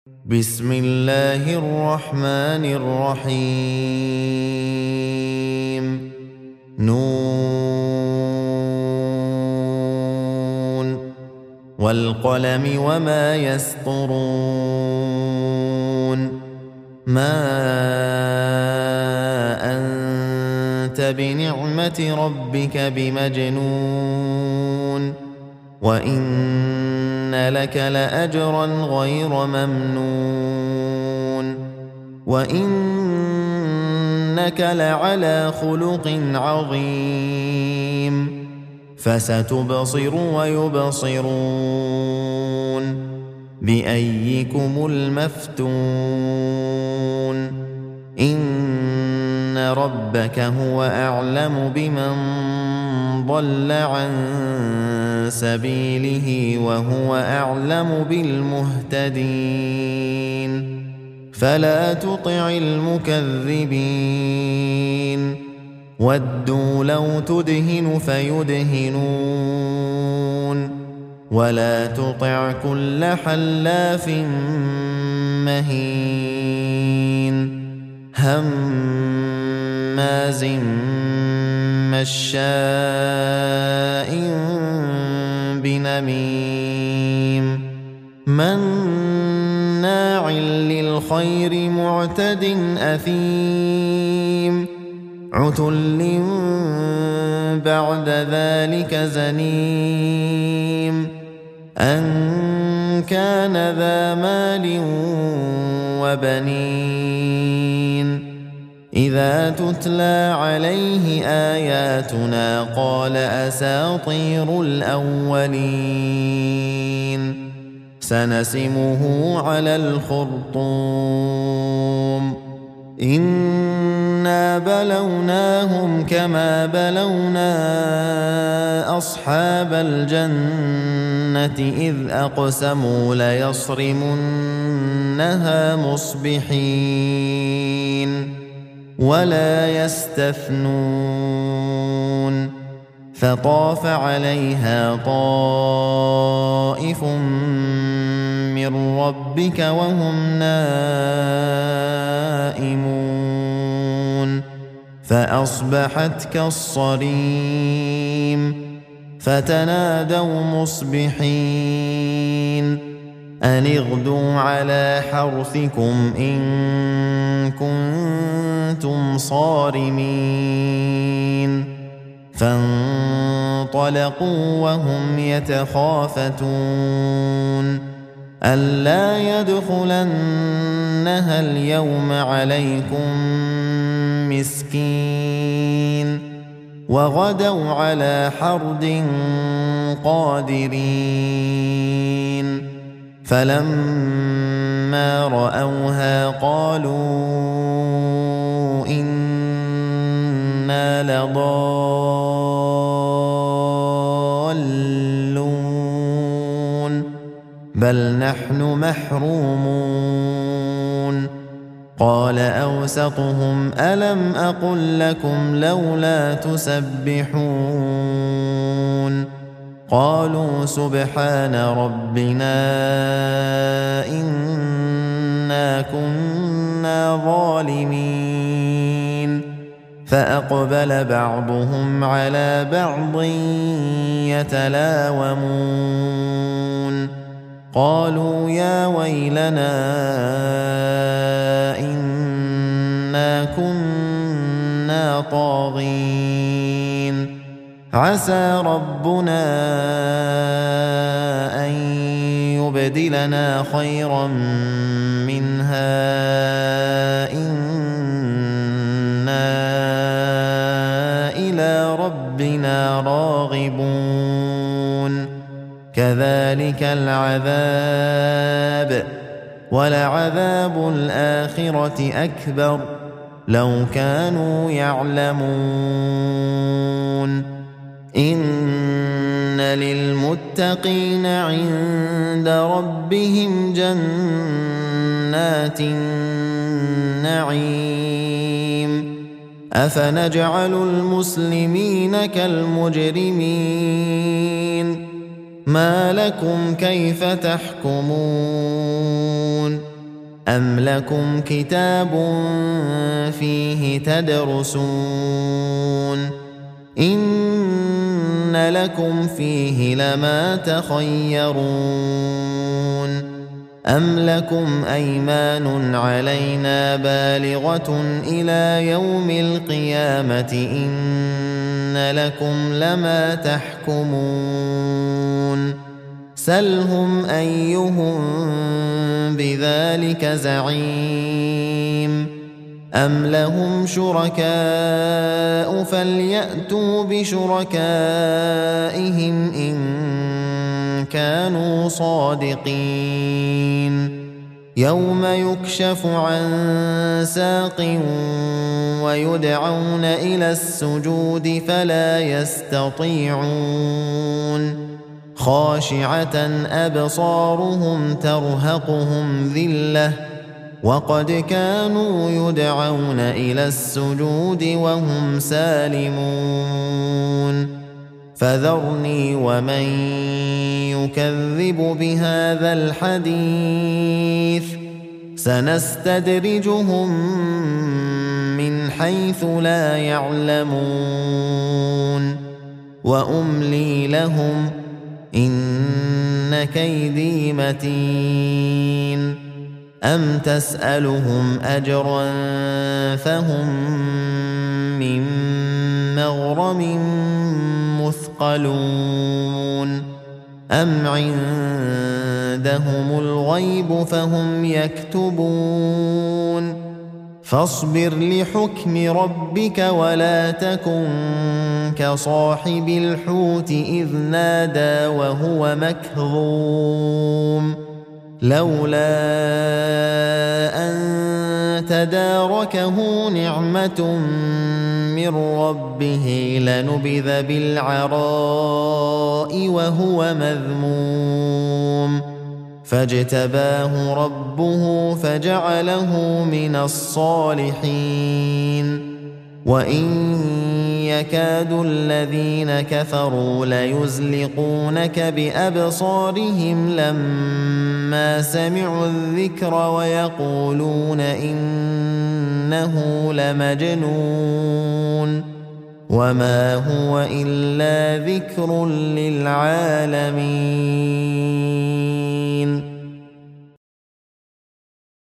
بسم الله الرحمن الرحيم نون والقلم وما يسطرون ما أنت بنعمة ربك بمجنون وإن لك لأجرا غير ممنون وإنك لعلى خلق عظيم فستبصر ويبصرون بأيكم المفتون إن ربك هو أعلم بمن ضل عن سبيله وهو أعلم بالمهتدين فلا تطع المكذبين ودوا لو تدهن فيدهنون ولا تطع كل حلاف مهين هماز مشاء بنميم مناع للخير معتد أثيم عتل بعد ذلك زنيم أن كان ذا مال وبنين إذا تتلى عليه آياتنا قال أساطير الأولين سنسمه على الخرطوم إنا بلوناهم كما بلونا أصحاب الجنة إذ أقسموا ليصرمنها مصبحين ولا يستثنون فطاف عليها طائف من ربك وهم نائمون فأصبحت كالصريم فتنادوا مصبحين أن اغدوا على حرثكم إن كنتم صارمين فانطلقوا وهم يتخافتون ألا يدخلنها اليوم عليكم مسكين وغدوا على حرد قادرين فلما رأوها قالوا إنا لضالون بل نحن محرومون قال أوسطهم ألم أقل لكم لولا تسبحون قالوا سبحان ربنا إنا كنا ظالمين فأقبل بعضهم على بعض يتلاومون قالوا يا ويلنا إنا كنا طاغين عسى ربنا أن يبدلنا خيرا منها إنا إلى ربنا راغبون كذلك العذاب ولعذاب الآخرة أكبر لو كانوا يعلمون إن للمتقين عند ربهم جنات النعيم أفنجعل المسلمين كالمجرمين ما لكم كيف تحكمون أم لكم كتاب فيه تدرسون إن لكم فيه لما تخيرون أم لكم أيمان علينا بالغة إلى يوم القيامة إن لكم لما تحكمون سلهم أيهم بذلك زعيم أم لهم شركاء فليأتوا بشركائهم إن كانوا صادقين يوم يكشف عن ساق ويدعون إلى السجود فلا يستطيعون خاشعة أبصارهم ترهقهم ذلة وقد كانوا يدعون إلى السجود وهم سالمون فذرني ومن يكذب بهذا الحديث سنستدرجهم من حيث لا يعلمون وأملي لهم إن كيدي متين أم تسألهم أجرا فهم من مغرم مثقلون أم عندهم الغيب فهم يكتبون فاصبر لحكم ربك ولا تكن كصاحب الحوت إذ نادى وهو مكظوم لولا أن تداركه نعمة من ربه لنبذ بالعراء وهو مذموم فاجتباه ربه فجعله من الصالحين وإن يكاد الذين كفروا ليزلقونك بأبصارهم لما سمعوا الذكر ويقولون إنه لمجنون وما هو إلا ذكر للعالمين